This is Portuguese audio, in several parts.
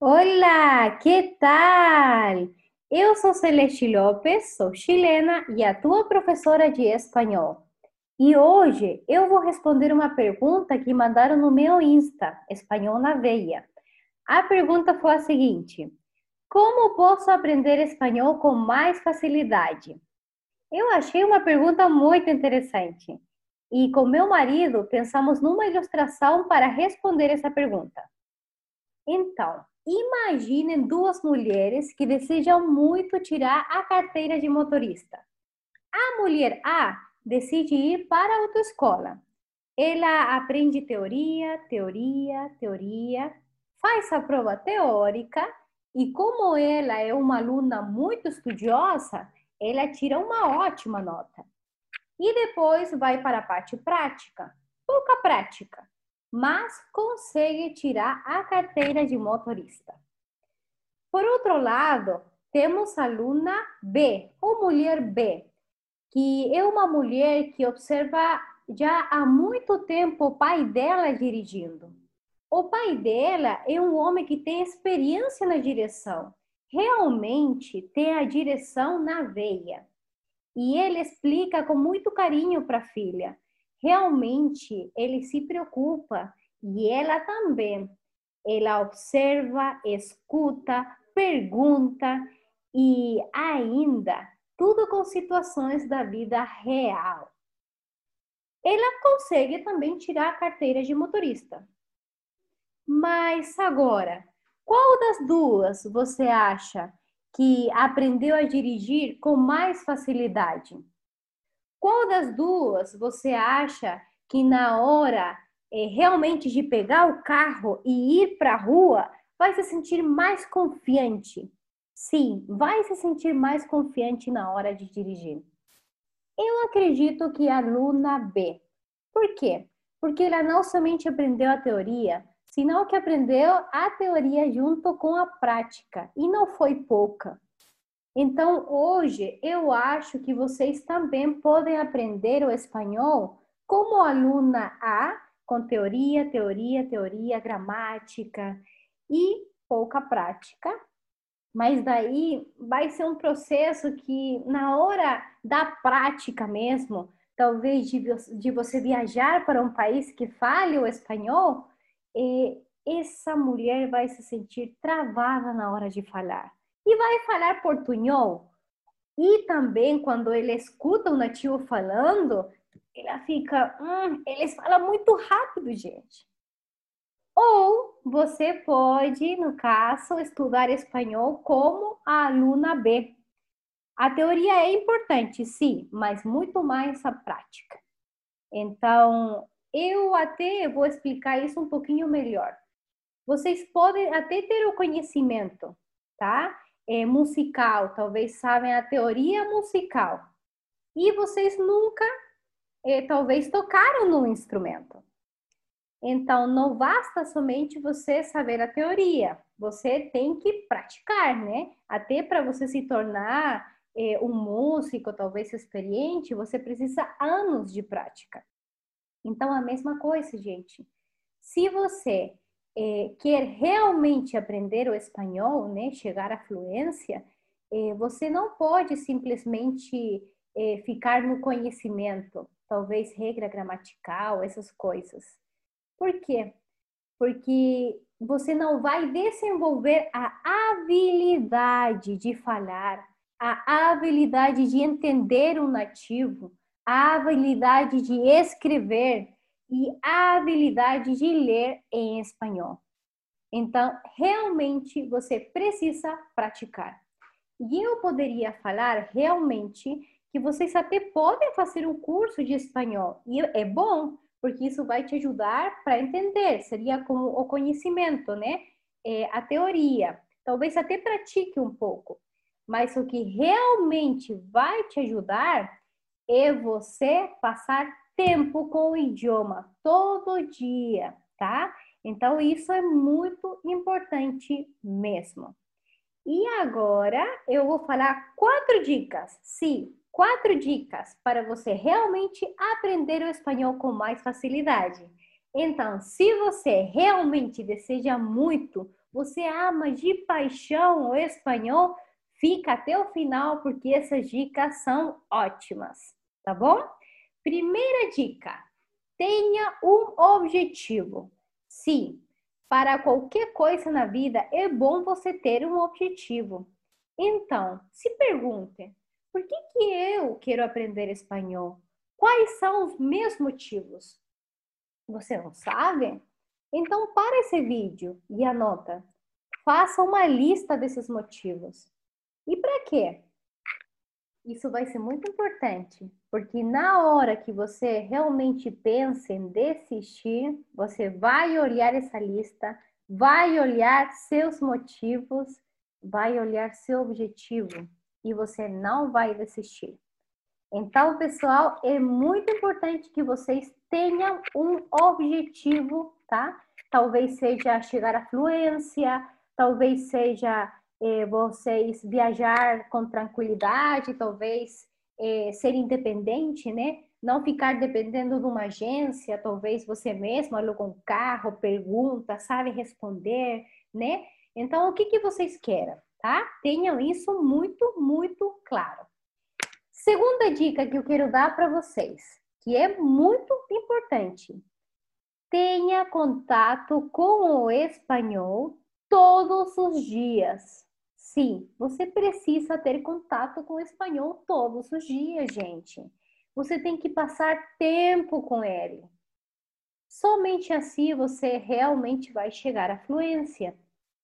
Olá, que tal? Eu sou Celeste Lopes, sou chilena e a tua professora de espanhol. E hoje eu vou responder uma pergunta que mandaram no meu Insta, Espanhol na Veia. A pergunta foi a seguinte: como posso aprender espanhol com mais facilidade? Eu achei uma pergunta muito interessante. E com meu marido pensamos numa ilustração para responder essa pergunta. Então, imaginem duas mulheres que desejam muito tirar a carteira de motorista. A mulher A decide ir para a autoescola. Ela aprende teoria, teoria, teoria, faz a prova teórica e, como ela é uma aluna muito estudiosa, ela tira uma ótima nota. E depois vai para a parte prática. Pouca prática, mas consegue tirar a carteira de motorista. Por outro lado, temos a aluna B, ou mulher B, que é uma mulher que observa já há muito tempo o pai dela dirigindo. O pai dela é um homem que tem experiência na direção, realmente tem a direção na veia. E ele explica com muito carinho para a filha. Realmente ele se preocupa e ela também. Ela observa, escuta, pergunta e ainda tudo com situações da vida real. Ela consegue também tirar a carteira de motorista. Mas agora, qual das duas você acha que aprendeu a dirigir com mais facilidade? Qual das duas você acha que na hora realmente de pegar o carro e ir para a rua vai se sentir mais confiante? Sim, vai se sentir mais confiante na hora de dirigir. Eu acredito que a aluna B. Por quê? Porque ela não somente aprendeu a teoria, senão que aprendeu a teoria junto com a prática, e não foi pouca. Então, hoje, eu acho que vocês também podem aprender o espanhol como aluna A, com teoria, teoria, teoria, gramática e pouca prática. Mas daí vai ser um processo que, na hora da prática mesmo, talvez de você viajar para um país que fale o espanhol, essa mulher vai se sentir travada na hora de falar. E vai falar portunhol. E também, quando ele escuta o nativo falando, ela fica, eles falam muito rápido, gente. Ou você pode, no caso, estudar espanhol como a aluna B. A teoria é importante, sim, mas muito mais a prática. Então, eu até vou explicar isso um pouquinho melhor. Vocês podem até ter o conhecimento, tá? Musical, talvez sabem a teoria musical. E vocês nunca, talvez, tocaram no instrumento. Então, não basta somente você saber a teoria, você tem que praticar, né? Até para você se tornar um músico, talvez experiente, você precisa anos de prática. Então, a mesma coisa, gente. Se você quer realmente aprender o espanhol, né, chegar à fluência, você não pode simplesmente ficar no conhecimento, talvez regra gramatical, essas coisas. Por quê? Porque você não vai desenvolver a habilidade de falar, a habilidade de entender um nativo, a habilidade de escrever e a habilidade de ler em espanhol. Então, realmente você precisa praticar. E eu poderia falar realmente que vocês até podem fazer um curso de espanhol. E é bom, porque isso vai te ajudar para entender. Seria como o conhecimento, né? A teoria. Talvez até pratique um pouco. Mas o que realmente vai te ajudar é você passar tempo com o idioma todo dia, tá? Então, isso é muito importante mesmo. E agora eu vou falar 4 dicas. Sim, 4 dicas para você realmente aprender o espanhol com mais facilidade. Então, se você realmente deseja muito Você ama de paixão o espanhol? Fica até o final porque essas dicas são ótimas, tá bom? Primeira dica: tenha um objetivo. Sim, para qualquer coisa na vida é bom você ter um objetivo. Então, se pergunte: por que eu quero aprender espanhol? Quais são os meus motivos? Você não sabe? Então, para esse vídeo e anota. Faça uma lista desses motivos. E para quê? Isso vai ser muito importante, porque na hora que você realmente pensa em desistir, você vai olhar essa lista, vai olhar seus motivos, vai olhar seu objetivo e você não vai desistir. Então, pessoal, é muito importante que vocês tenham um objetivo, tá? Talvez seja chegar à fluência, talvez seja vocês viajar com tranquilidade, talvez ser independente, né? Não ficar dependendo de uma agência, talvez você mesmo aluga um carro, pergunta, sabe responder, né? Então, o que que vocês querem, tá? Tenham isso muito, muito claro. Segunda dica que eu quero dar para vocês, que é muito importante. Tenha contato com o espanhol todos os dias. Sim, você precisa ter contato com o espanhol todos os dias, gente. Você tem que passar tempo com ele. Somente assim você realmente vai chegar à fluência.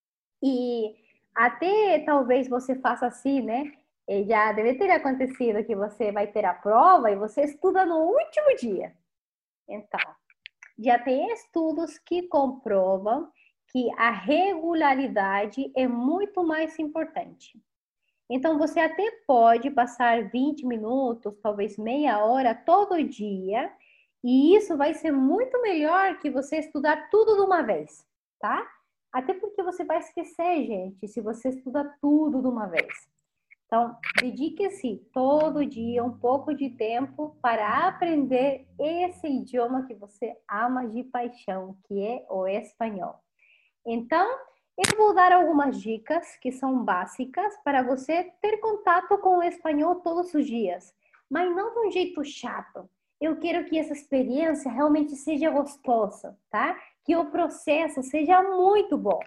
E até talvez você faça assim, né? E já deve ter acontecido que você vai ter a prova e você estuda no último dia. Então, já tem estudos que comprovam que a regularidade é muito mais importante. Então, você até pode passar 20 minutos, talvez meia hora todo dia, e isso vai ser muito melhor que você estudar tudo de uma vez, tá? Até porque você vai esquecer, gente, se você estuda tudo de uma vez. Então, dedique-se todo dia um pouco de tempo para aprender esse idioma que você ama de paixão, que é o espanhol. Então, eu vou dar algumas dicas que são básicas para você ter contato com o espanhol todos os dias, mas não de um jeito chato. Eu quero que essa experiência realmente seja gostosa, tá? Que o processo seja muito bom.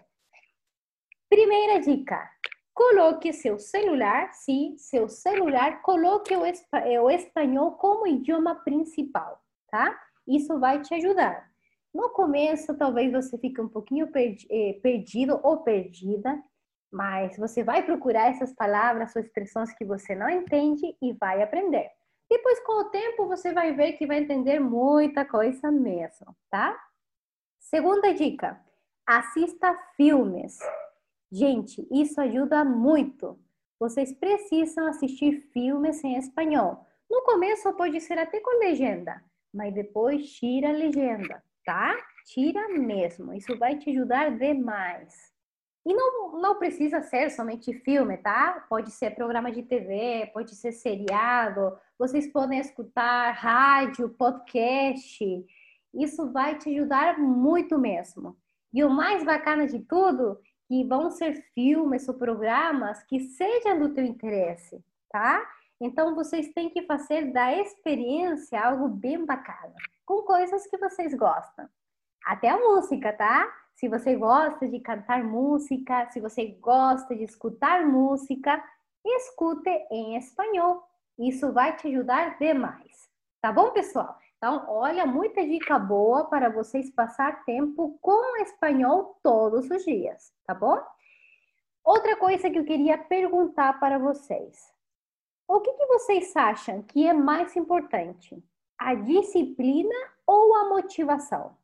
Primeira dica: coloque seu celular, sim, seu celular, coloque o espanhol como idioma principal, tá? Isso vai te ajudar. No começo, talvez você fique um pouquinho perdido ou perdida, mas você vai procurar essas palavras ou expressões que você não entende e vai aprender. Depois, com o tempo, você vai ver que vai entender muita coisa mesmo, tá? Segunda dica: assista filmes. Gente, isso ajuda muito. Vocês precisam assistir filmes em espanhol. No começo pode ser até com legenda, mas depois tira a legenda, tá? Tira mesmo. Isso vai te ajudar demais. E não precisa ser somente filme, tá? Pode ser programa de TV, pode ser seriado. Vocês podem escutar rádio, podcast. Isso vai te ajudar muito mesmo. E o mais bacana de tudo, que vão ser filmes ou programas que sejam do teu interesse, tá? Então, vocês têm que fazer da experiência algo bem bacana, com coisas que vocês gostam. Até a música, tá? Se você gosta de cantar música, se você gosta de escutar música, escute em espanhol. Isso vai te ajudar demais. Tá bom, pessoal? Então, olha, muita dica boa para vocês passar tempo com espanhol todos os dias, tá bom? Outra coisa que eu queria perguntar para vocês. O que vocês acham que é mais importante? A disciplina ou a motivação?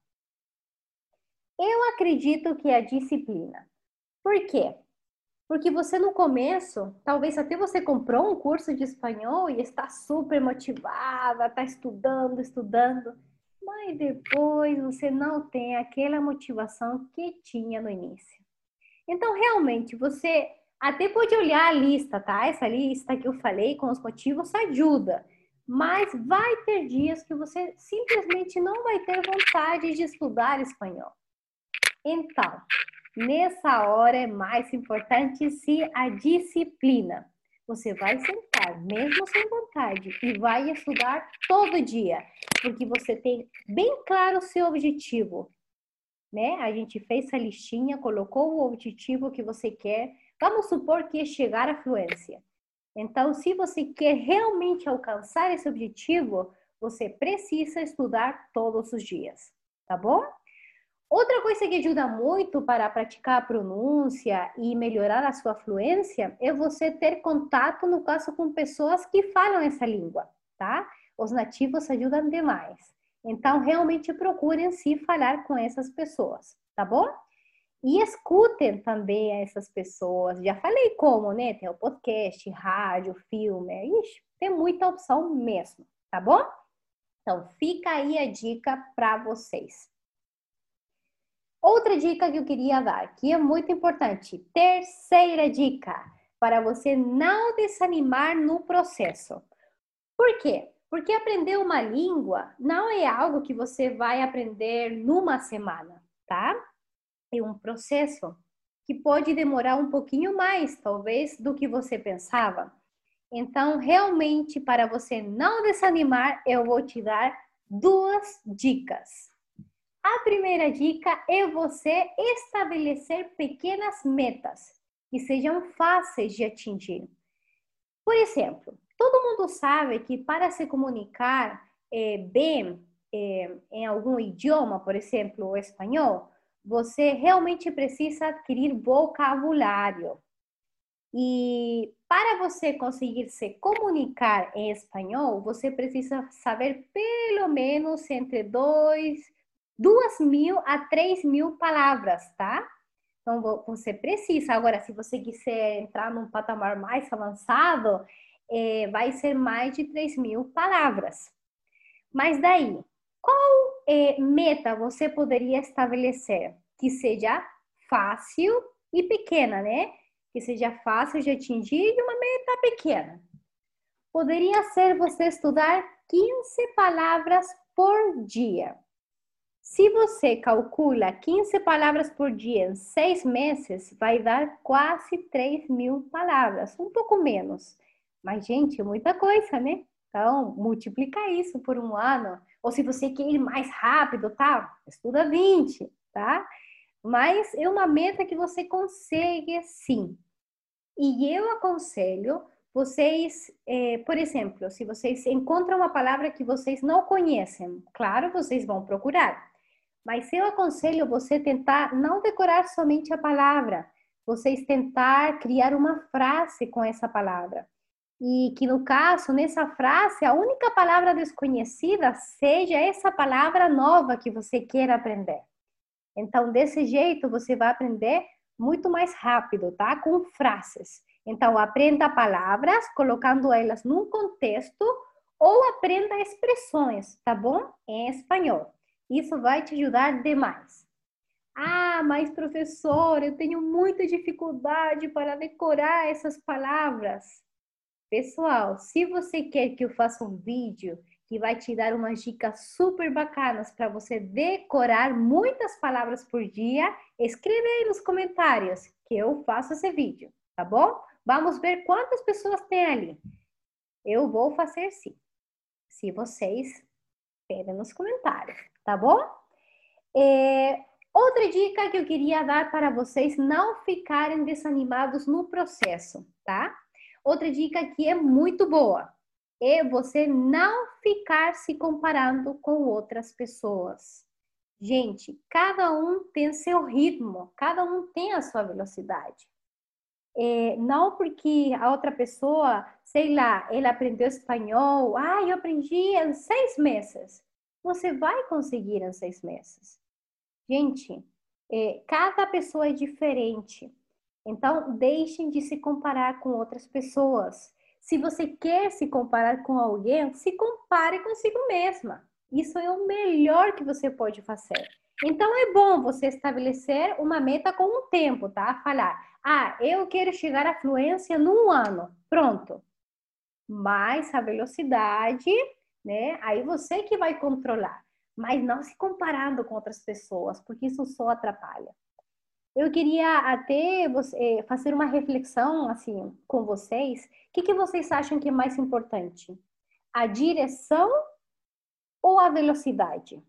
Eu acredito que é a disciplina. Por quê? Porque você no começo, talvez até você comprou um curso de espanhol e está super motivada, está estudando, mas depois você não tem aquela motivação que tinha no início. Então, realmente, você até pode olhar a lista, tá? Essa lista que eu falei com os motivos ajuda, mas vai ter dias que você simplesmente não vai ter vontade de estudar espanhol. Então, nessa hora é mais importante sim a disciplina. Você vai sentar, mesmo sem vontade, e vai estudar todo dia, porque você tem bem claro o seu objetivo, né? A gente fez essa listinha, colocou o objetivo que você quer. Vamos supor que é chegar à fluência. Então, se você quer realmente alcançar esse objetivo, você precisa estudar todos os dias, tá bom? Outra coisa que ajuda muito para praticar a pronúncia e melhorar a sua fluência é você ter contato, no caso, com pessoas que falam essa língua, tá? Os nativos ajudam demais. Então, realmente procurem se falar com essas pessoas, tá bom? E escutem também essas pessoas. Já falei como, né? Tem o podcast, rádio, filme. Ixi, tem muita opção mesmo, tá bom? Então, fica aí a dica para vocês. Outra dica que eu queria dar, que é muito importante. Terceira dica, para você não desanimar no processo. Por quê? Porque aprender uma língua não é algo que você vai aprender numa semana, tá? É um processo que pode demorar um pouquinho mais, talvez, do que você pensava. Então, realmente, para você não desanimar, eu vou te dar duas dicas. A primeira dica é você estabelecer pequenas metas que sejam fáceis de atingir. Por exemplo, todo mundo sabe que para se comunicar bem em algum idioma, por exemplo, o espanhol, você realmente precisa adquirir vocabulário. E para você conseguir se comunicar em espanhol, você precisa saber pelo menos entre 2.000 a 3.000 palavras, tá? Então, você precisa. Agora, se você quiser entrar num patamar mais avançado, vai ser mais de 3.000 palavras. Mas daí, qual meta você poderia estabelecer que seja fácil e pequena, né? Que seja fácil de atingir e uma meta pequena. Poderia ser você estudar 15 palavras por dia. Se você calcula 15 palavras por dia em 6 meses, vai dar quase 3.000 palavras, um pouco menos. Mas, gente, é muita coisa, né? Então, multiplica isso por um ano. Ou se você quer ir mais rápido, tá? Estuda 20, tá? Mas é uma meta que você consegue sim. E eu aconselho vocês, por exemplo, se vocês encontram uma palavra que vocês não conhecem, claro, vocês vão procurar. Mas eu aconselho você tentar não decorar somente a palavra, vocês tentar criar uma frase com essa palavra. E que no caso, nessa frase, a única palavra desconhecida seja essa palavra nova que você quer aprender. Então, desse jeito, você vai aprender muito mais rápido, tá? Com frases. Então, aprenda palavras, colocando elas num contexto, ou aprenda expressões, tá bom? Em espanhol. Isso vai te ajudar demais. Ah, mas professor, eu tenho muita dificuldade para decorar essas palavras. Pessoal, se você quer que eu faça um vídeo que vai te dar umas dicas super bacanas para você decorar muitas palavras por dia, escreve aí nos comentários que eu faço esse vídeo, tá bom? Vamos ver quantas pessoas tem ali. Eu vou fazer sim, se vocês querem nos comentários, tá bom? Outra dica que eu queria dar para vocês não ficarem desanimados no processo, tá? Outra dica que é muito boa é você não ficar se comparando com outras pessoas. Gente, cada um tem seu ritmo, cada um tem a sua velocidade. Não porque a outra pessoa, sei lá, ela aprendeu espanhol, eu aprendi em 6 meses. Você vai conseguir em 6 meses. Gente, cada pessoa é diferente. Então, deixem de se comparar com outras pessoas. Se você quer se comparar com alguém, se compare consigo mesma. Isso é o melhor que você pode fazer. Então, é bom você estabelecer uma meta com um tempo, tá? Falar, eu quero chegar à fluência num ano. Pronto. Mas a velocidade, né? Aí você que vai controlar. Mas não se comparando com outras pessoas, porque isso só atrapalha. Eu queria até fazer uma reflexão assim com vocês. O que vocês acham que é mais importante? A direção ou a velocidade?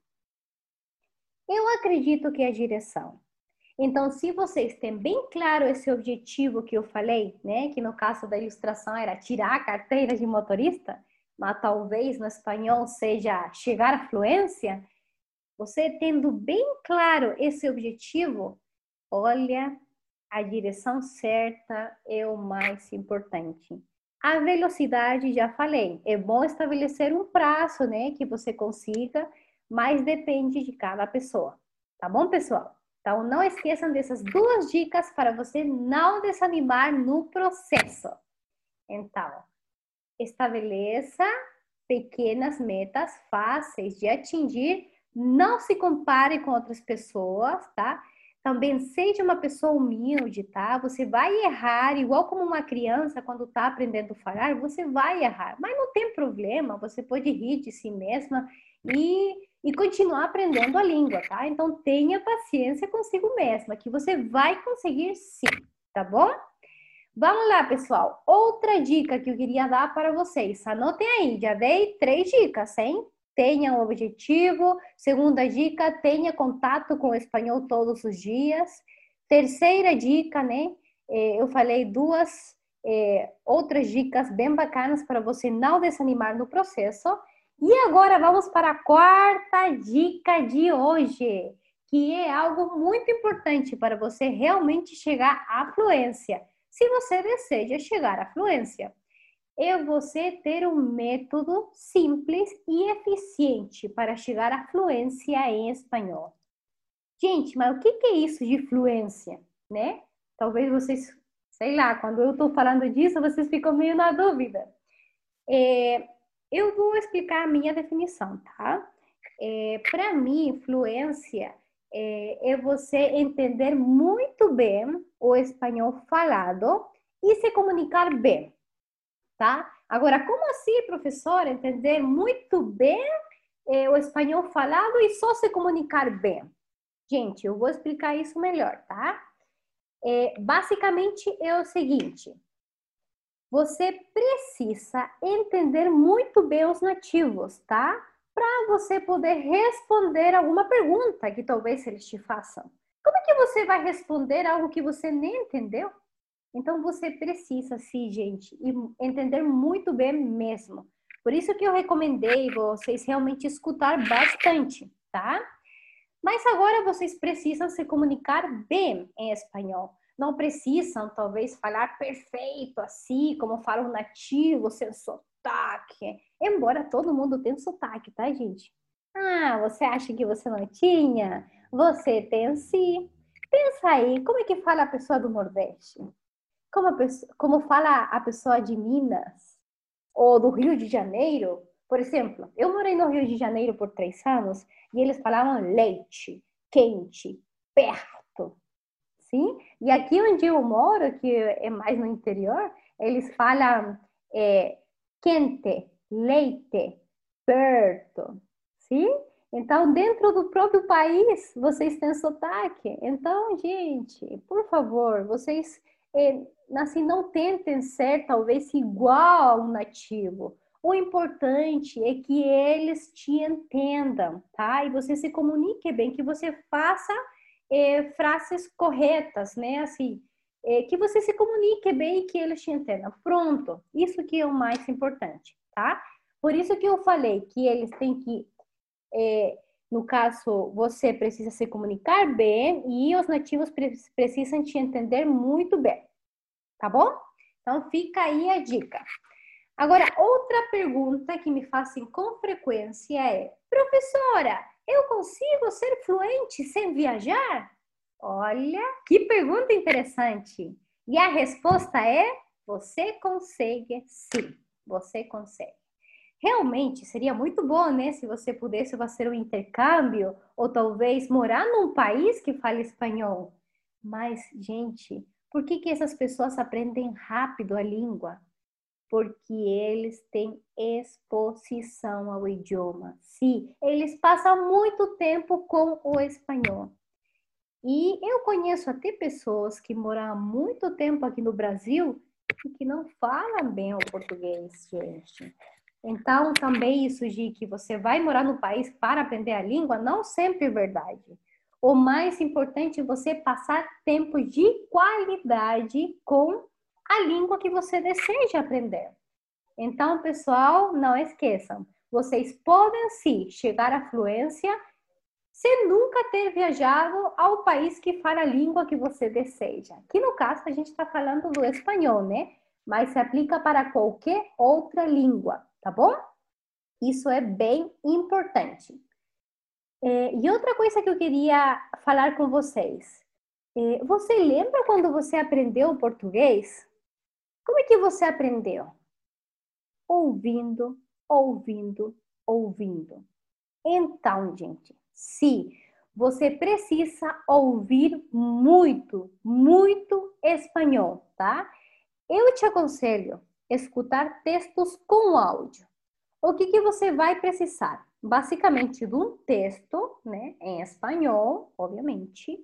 Eu acredito que é a direção. Então, se vocês têm bem claro esse objetivo que eu falei, né, que no caso da ilustração era tirar a carteira de motorista, mas talvez no espanhol seja chegar à fluência, você tendo bem claro esse objetivo, olha, a direção certa é o mais importante. A velocidade, já falei, é bom estabelecer um prazo, né, que você consiga, mas depende de cada pessoa. Tá bom, pessoal? Então, não esqueçam dessas duas dicas para você não desanimar no processo. Então, estabeleça pequenas metas fáceis de atingir, não se compare com outras pessoas, tá? Também seja uma pessoa humilde, tá? Você vai errar, igual como uma criança quando está aprendendo a falar, você vai errar, mas não tem problema, você pode rir de si mesma e continuar aprendendo a língua, tá? Então tenha paciência consigo mesma, que você vai conseguir sim, tá bom? Vamos lá, pessoal. Outra dica que eu queria dar para vocês. Anotem aí, já dei 3 dicas, hein? Tenha um objetivo. Segunda dica, tenha contato com o espanhol todos os dias. Terceira dica, né? Eu falei duas outras dicas bem bacanas para você não desanimar no processo. E agora vamos para a quarta dica de hoje, que é algo muito importante para você realmente chegar à fluência. Se você deseja chegar à fluência, é você ter um método simples e eficiente para chegar à fluência em espanhol. Gente, mas o que é isso de fluência, né? Talvez vocês, sei lá, quando eu estou falando disso, vocês ficam meio na dúvida. Eu vou explicar a minha definição, tá? Para mim, fluência é você entender muito bem o espanhol falado e se comunicar bem, tá? Agora, como assim, professor, entender muito bem o espanhol falado e só se comunicar bem? Gente, eu vou explicar isso melhor, tá? Basicamente é o seguinte: você precisa entender muito bem os nativos, tá? Para você poder responder alguma pergunta que talvez eles te façam. Como é que você vai responder algo que você nem entendeu? Então você precisa, sim, gente, entender muito bem mesmo. Por isso que eu recomendei vocês realmente escutar bastante, tá? Mas agora vocês precisam se comunicar bem em espanhol. Não precisam, talvez, falar perfeito, assim, como fala um nativo, sem sotaque. Embora todo mundo tenha sotaque, tá, gente? Ah, você acha que você não tinha? Você tem sim. Pensa aí, como é que fala a pessoa do Nordeste? Como fala a pessoa de Minas? Ou do Rio de Janeiro? Por exemplo, eu morei no Rio de Janeiro por 3 anos e eles falavam leite, quente, perto, sim? E aqui onde eu moro, que é mais no interior, eles falam quente, leite, perto, sim? Então, dentro do próprio país, vocês têm sotaque. Então, gente, por favor, vocês assim, não tentem ser talvez igual a um nativo. O importante é que eles te entendam, tá? E você se comunique bem, que você faça frases corretas, né? Assim, que você se comunique bem e que eles te entendam. Pronto, isso que é o mais importante, tá? Por isso que eu falei que eles têm que, no caso, você precisa se comunicar bem e os nativos precisam te entender muito bem, tá bom? Então fica aí a dica. Agora, outra pergunta que me fazem com frequência é: professora, eu consigo ser fluente sem viajar? Olha, que pergunta interessante. E a resposta é: você consegue sim, você consegue. Realmente seria muito bom, né, se você pudesse fazer um intercâmbio ou talvez morar num país que fale espanhol. Mas, gente, por que essas pessoas aprendem rápido a língua? Porque eles têm exposição ao idioma. Sim, eles passam muito tempo com o espanhol. E eu conheço até pessoas que moram há muito tempo aqui no Brasil e que não falam bem o português, gente. Então, também isso de que você vai morar no país para aprender a língua, não sempre é verdade. O mais importante é você passar tempo de qualidade com a língua que você deseja aprender. Então, pessoal, não esqueçam, vocês podem sim chegar à fluência sem nunca ter viajado ao país que fala a língua que você deseja. Que no caso a gente está falando do espanhol, né? Mas se aplica para qualquer outra língua, tá bom? Isso é bem importante. E outra coisa que eu queria falar com vocês. Você lembra quando você aprendeu português? Como é que você aprendeu? Ouvindo, ouvindo, ouvindo. Então, gente, se você precisa ouvir muito, muito espanhol, tá? Eu te aconselho escutar textos com áudio. O que que você vai precisar? Basicamente de um texto, né, em espanhol, obviamente,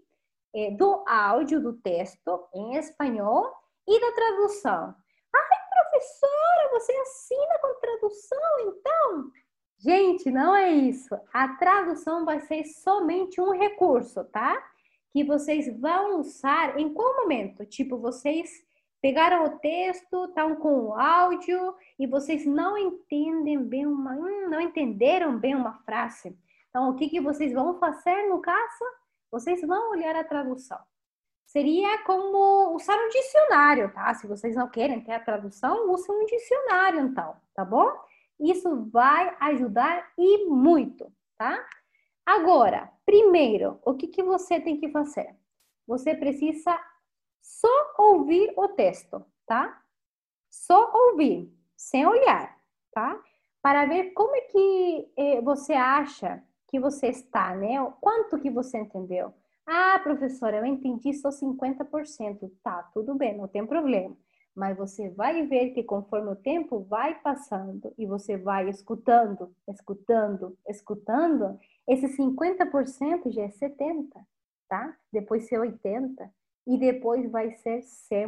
do áudio do texto em espanhol e da tradução. Ai, professora, você assina com tradução, então? Gente, não é isso. A tradução vai ser somente um recurso, tá? Que vocês vão usar em qual momento? Tipo, vocês pegaram o texto, estão com o áudio e vocês não entendem bem não entenderam bem uma frase. Então, o que que vocês vão fazer no caso? Vocês vão olhar a tradução. Seria como usar um dicionário, tá? Se vocês não querem ter a tradução, use um dicionário, então, tá bom? Isso vai ajudar e muito, tá? Agora, primeiro, o que que você tem que fazer? Você precisa só ouvir o texto, tá? Só ouvir, sem olhar, tá? Para ver como é que você acha que você está, né? Quanto que você entendeu? Ah, professora, eu entendi só 50%. Tá, tudo bem, não tem problema. Mas você vai ver que conforme o tempo vai passando e você vai escutando, escutando, escutando, esse 50% já é 70%, tá? Depois ser 80% e depois vai ser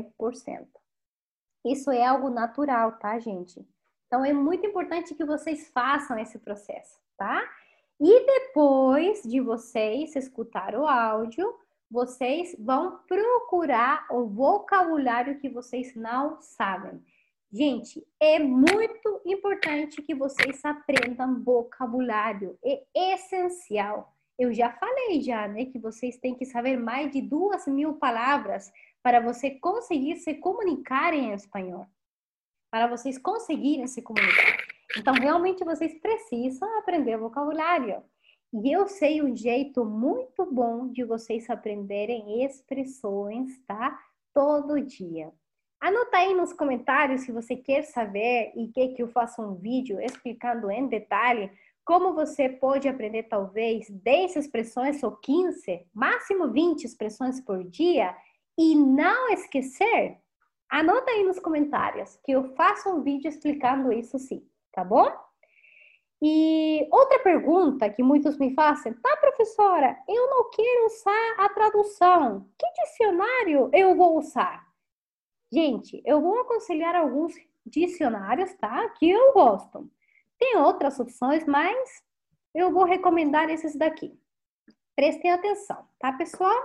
100%. Isso é algo natural, tá, gente? Então é muito importante que vocês façam esse processo, tá? E depois de vocês escutar o áudio, vocês vão procurar o vocabulário que vocês não sabem. Gente, é muito importante que vocês aprendam vocabulário, é essencial. Eu já falei já, né, que vocês têm que saber mais de 2.000 palavras para você conseguir se comunicar em espanhol, para vocês conseguirem se comunicar. Então, realmente, vocês precisam aprender vocabulário. E eu sei um jeito muito bom de vocês aprenderem expressões, tá? Todo dia. Anota aí nos comentários se você quer saber e quer que eu faça um vídeo explicando em detalhe como você pode aprender talvez 10 expressões ou 15, máximo 20 expressões por dia e não esquecer. Anota aí nos comentários que eu faço um vídeo explicando isso sim, tá bom? E outra pergunta que muitos me fazem, tá, professora, eu não quero usar a tradução. Que dicionário eu vou usar? Gente, eu vou aconselhar alguns dicionários, tá? Que eu gosto. Tem outras opções, mas eu vou recomendar esses daqui. Prestem atenção, tá, pessoal?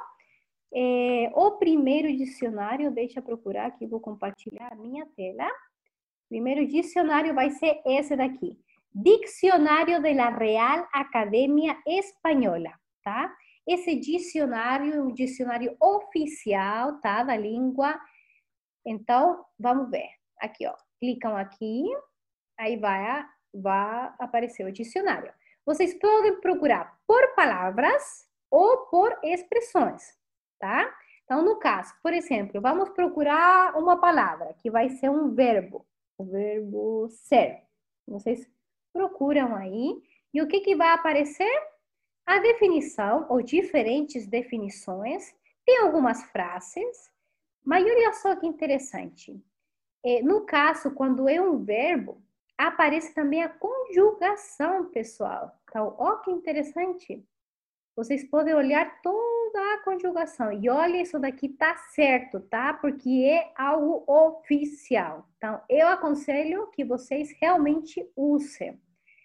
O primeiro dicionário, deixa eu procurar aqui, vou compartilhar a minha tela. O primeiro dicionário vai ser esse daqui. Dicionário de la Real Academia Espanhola, tá? Esse dicionário é um dicionário oficial, tá? Da língua. Então, vamos ver. Aqui, ó. Clicam aqui, aí vai aparecer o dicionário. Vocês podem procurar por palavras ou por expressões, tá? Então, no caso, por exemplo, vamos procurar uma palavra que vai ser um verbo, o verbo ser. Vocês procuram aí e o que que vai aparecer? A definição ou diferentes definições. Tem algumas frases, mas olha só que interessante. No caso, quando é um verbo, aparece também a conjugação, pessoal. Então, ó que interessante. Vocês podem olhar todo da conjugação. E olha, isso daqui tá certo, tá? Porque é algo oficial. Então, eu aconselho que vocês realmente usem.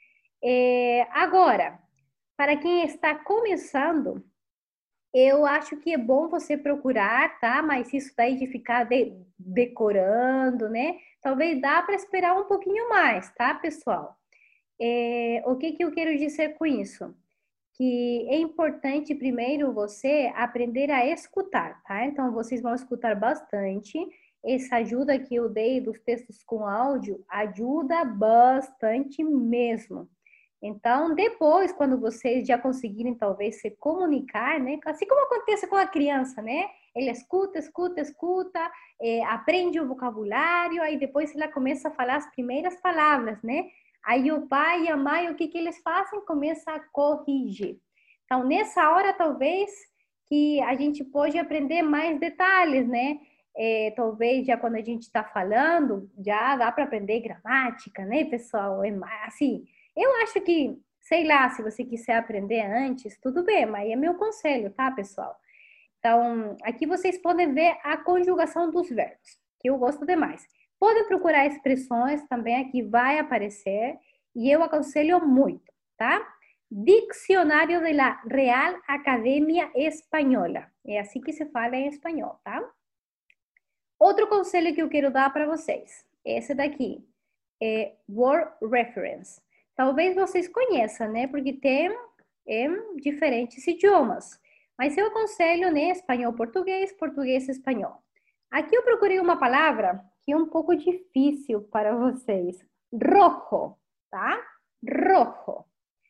Agora, para quem está começando, eu acho que é bom você procurar, tá? Mas isso daí de ficar decorando, né? Talvez dá para esperar um pouquinho mais, tá, pessoal? O que que eu quero dizer com isso? Que é importante primeiro você aprender a escutar, tá? Então vocês vão escutar bastante. Essa ajuda que eu dei dos textos com áudio ajuda bastante mesmo. Então, depois, quando vocês já conseguirem talvez se comunicar, né? Assim como acontece com a criança, né? Ele escuta, escuta, escuta, aprende o vocabulário, aí depois ela começa a falar as primeiras palavras, né? Aí o pai e a mãe, o que que eles fazem? Começa a corrigir. Então, nessa hora, talvez, que a gente pode aprender mais detalhes, né? Talvez já quando a gente está falando, já dá para aprender gramática, né, pessoal? Assim, eu acho que, sei lá, se você quiser aprender antes, tudo bem, mas é meu conselho, tá, pessoal? Então, aqui vocês podem ver a conjugação dos verbos, que eu gosto demais. Podem procurar expressões também, aqui vai aparecer, e eu aconselho muito, tá? Dicionário de la Real Academia Espanhola. É assim que se fala em espanhol, tá? Outro conselho que eu quero dar para vocês, esse daqui, é Word Reference. Talvez vocês conheçam, né? Porque tem diferentes idiomas. Mas eu aconselho, né? Espanhol, português, português, espanhol. Aqui eu procurei uma palavra que é um pouco difícil para vocês. Rojo, tá? Rojo.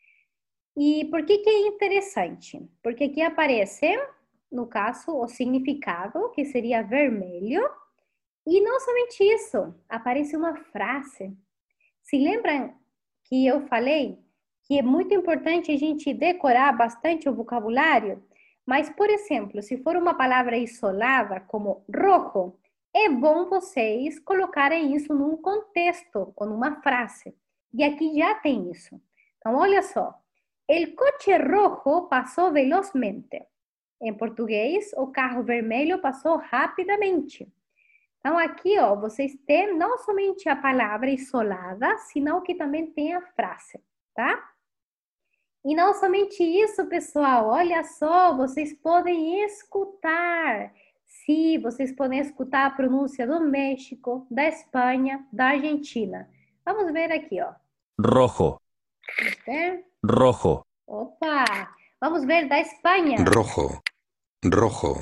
E por que que é interessante? Porque aqui aparece, no caso, o significado, que seria vermelho. E não somente isso, aparece uma frase. Se lembram que eu falei que é muito importante a gente decorar bastante o vocabulário? Mas, por exemplo, se for uma palavra isolada, como rojo, é bom vocês colocarem isso num contexto ou numa frase. E aqui já tem isso. Então, olha só. El coche rojo passou velozmente. Em português, o carro vermelho passou rapidamente. Então, aqui, ó, vocês têm não somente a palavra isolada, senão que também tem a frase, tá? E não somente isso, pessoal, olha só, vocês podem escutar. Sim, vocês podem escutar a pronúncia do México, da Espanha, da Argentina. Vamos ver aqui, ó. Rojo, Vamos ver? rojo, Opa! Vamos ver da Espanha. Rojo, rojo,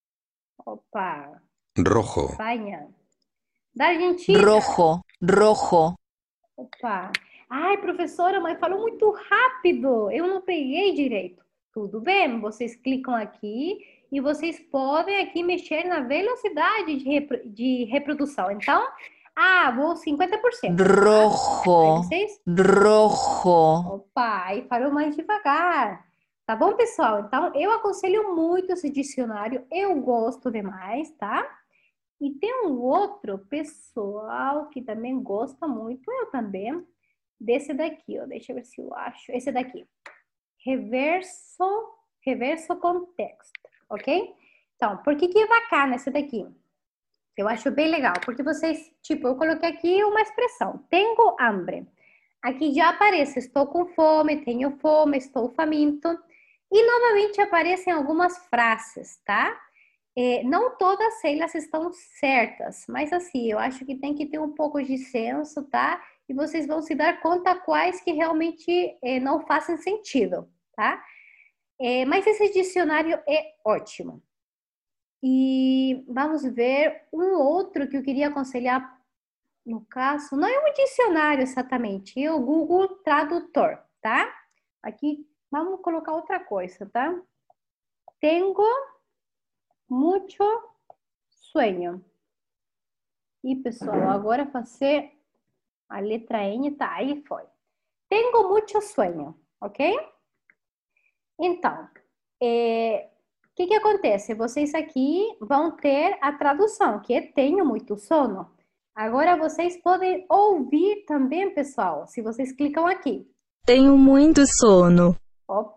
Opa! rojo, Espanha. Da Argentina. Rojo, rojo. Opa! Ai, professora, mas falou muito rápido. Eu não peguei direito. Tudo bem, vocês clicam aqui e vocês podem aqui mexer na velocidade de reprodução. Então, vou 50%. Rojo, Aí vocês... rojo. Opa, aí falou mais devagar. Tá bom, pessoal? Então, eu aconselho muito esse dicionário. Eu gosto demais, tá? E tem um outro pessoal que também gosta muito, eu também, desse daqui, ó. Deixa eu ver se eu acho. Esse daqui. Reverso contexto, ok? Então, por que que é bacana esse daqui? Eu acho bem legal, porque vocês, tipo, eu coloquei aqui uma expressão, tenho hambre. Aqui já aparece, estou com fome, tenho fome, estou faminto. E novamente aparecem algumas frases, tá? Não todas elas estão certas, mas assim, eu acho que tem que ter um pouco de senso, tá? E vocês vão se dar conta quais que realmente não fazem sentido, tá? Mas esse dicionário é ótimo. E vamos ver um outro que eu queria aconselhar, no caso, não é um dicionário exatamente, é o Google Tradutor, tá? Aqui, vamos colocar outra coisa, tá? Tenho muito sueño. E, pessoal, agora fazer a letra N, tá? Aí foi. Tenho muito sueño, ok? Então, o que que acontece? Vocês aqui vão ter a tradução, que é tenho muito sono. Agora, vocês podem ouvir também, pessoal, se vocês clicam aqui. Tenho muito sono. Opa!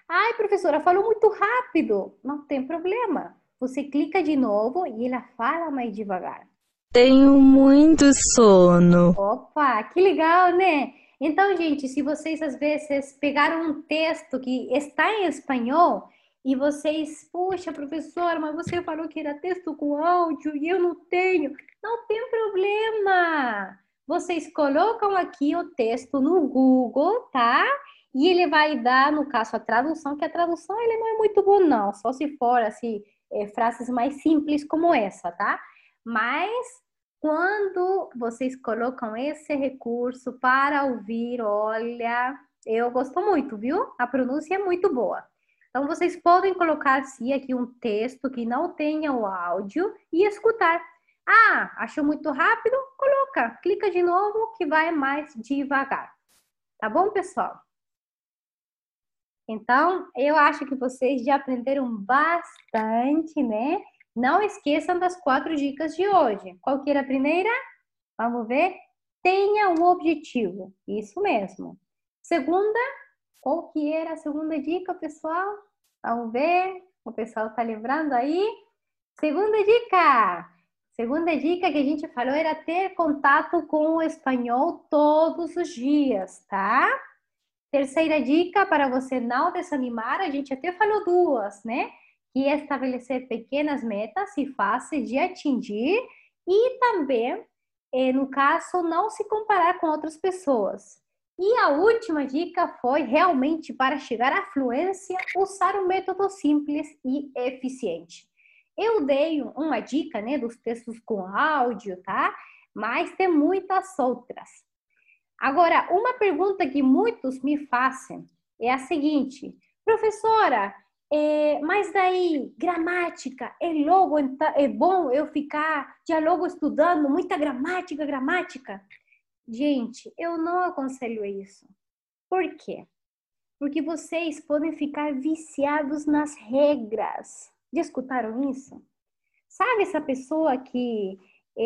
Ai, professora, falou muito rápido. Não tem problema. Você clica de novo e ela fala mais devagar. Tenho muito sono. Opa, que legal, né? Então, gente, se vocês às vezes pegaram um texto que está em espanhol e vocês, puxa, professora, mas você falou que era texto com áudio e eu não tenho. Não tem problema. Vocês colocam aqui o texto no Google, tá? E ele vai dar, no caso, a tradução, que a tradução ele não é muito boa, não. Só se for, assim, frases mais simples como essa, tá? Mas quando vocês colocam esse recurso para ouvir, olha, eu gosto muito, viu? A pronúncia é muito boa. Então, vocês podem colocar, sim, aqui um texto que não tenha o áudio e escutar. Ah, achou muito rápido? Coloca, clica de novo que vai mais devagar. Tá bom, pessoal? Então, eu acho que vocês já aprenderam bastante, né? Não esqueçam das 4 dicas de hoje. Qual que era a primeira? Vamos ver? Tenha um objetivo. Isso mesmo. Segunda, qual que era a segunda dica, pessoal? Vamos ver. O pessoal está lembrando aí? Segunda dica. Segunda dica que a gente falou era ter contato com o espanhol todos os dias, tá? Terceira dica para você não desanimar, a gente até falou duas, né? Que é estabelecer pequenas metas e fáceis de atingir e também, no caso, não se comparar com outras pessoas. E a última dica foi realmente para chegar à fluência, usar um método simples e eficiente. Eu dei uma dica, né, dos textos com áudio, tá? Mas tem muitas outras. Agora, uma pergunta que muitos me fazem é a seguinte: professora, mas daí gramática é logo é bom eu ficar já logo estudando muita gramática, gramática? Gente, eu não aconselho isso. Por quê? Porque vocês podem ficar viciados nas regras. Já escutaram isso? Sabe essa pessoa que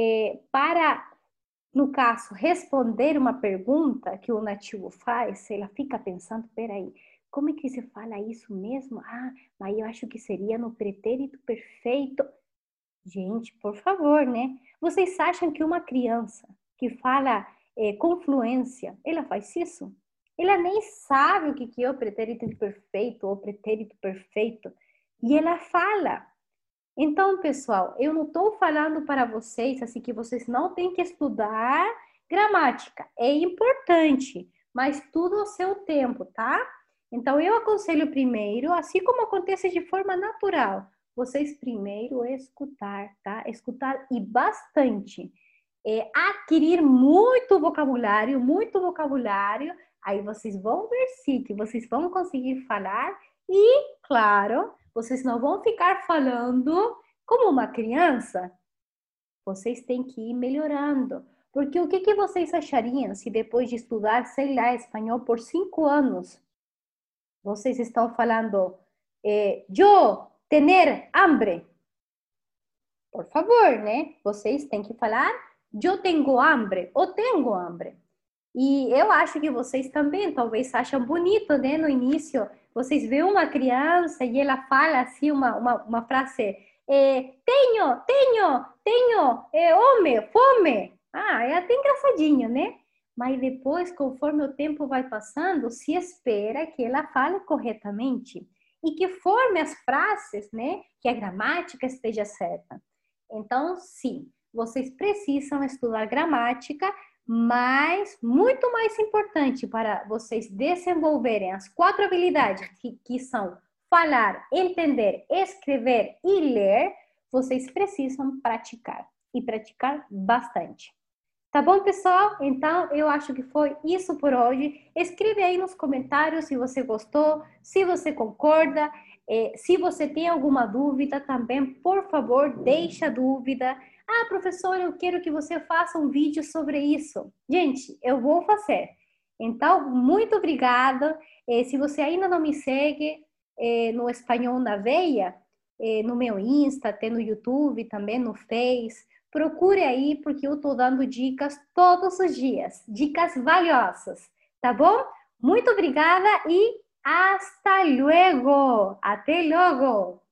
para no caso, responder uma pergunta que o nativo faz, ela fica pensando, peraí, como é que se fala isso mesmo? Ah, mas eu acho que seria no pretérito perfeito. Gente, por favor, né? Vocês acham que uma criança que fala com fluência, ela faz isso? Ela nem sabe o que é o pretérito imperfeito ou pretérito perfeito. E ela fala. Então, pessoal, eu não estou falando para vocês assim que vocês não têm que estudar gramática. É importante, mas tudo ao seu tempo, tá? Então, eu aconselho primeiro, assim como acontece de forma natural, vocês primeiro escutar, tá? Escutar e bastante. Adquirir muito vocabulário, aí vocês vão ver sim que vocês vão conseguir falar e, claro, vocês não vão ficar falando como uma criança. Vocês têm que ir melhorando. Porque o que vocês achariam se depois de estudar, sei lá, espanhol por 5 anos, vocês estão falando yo tener hambre? Por favor, né? Vocês têm que falar yo tengo hambre ou tengo hambre. E eu acho que vocês também talvez acham bonito, né? No início, vocês veem uma criança e ela fala assim uma frase: tenho, fome. Ah, é até engraçadinho, né? Mas depois, conforme o tempo vai passando, se espera que ela fale corretamente e que forme as frases, né? Que a gramática esteja certa. Então, sim, vocês precisam estudar gramática, mas muito mais importante para vocês desenvolverem as 4 habilidades que são falar, entender, escrever e ler, vocês precisam praticar e praticar bastante. Tá bom, pessoal? Então, eu acho que foi isso por hoje. Escreve aí nos comentários se você gostou, se você concorda. Se você tem alguma dúvida também, por favor, deixa a dúvida. Ah, professor, eu quero que você faça um vídeo sobre isso. Gente, eu vou fazer. Então, muito obrigada. Se você ainda não me segue no Espanhol na Veia, no meu Insta, tem no YouTube, também no Face, procure aí, porque eu estou dando dicas todos os dias. Dicas valiosas, tá bom? Muito obrigada e Hasta luego. Até logo.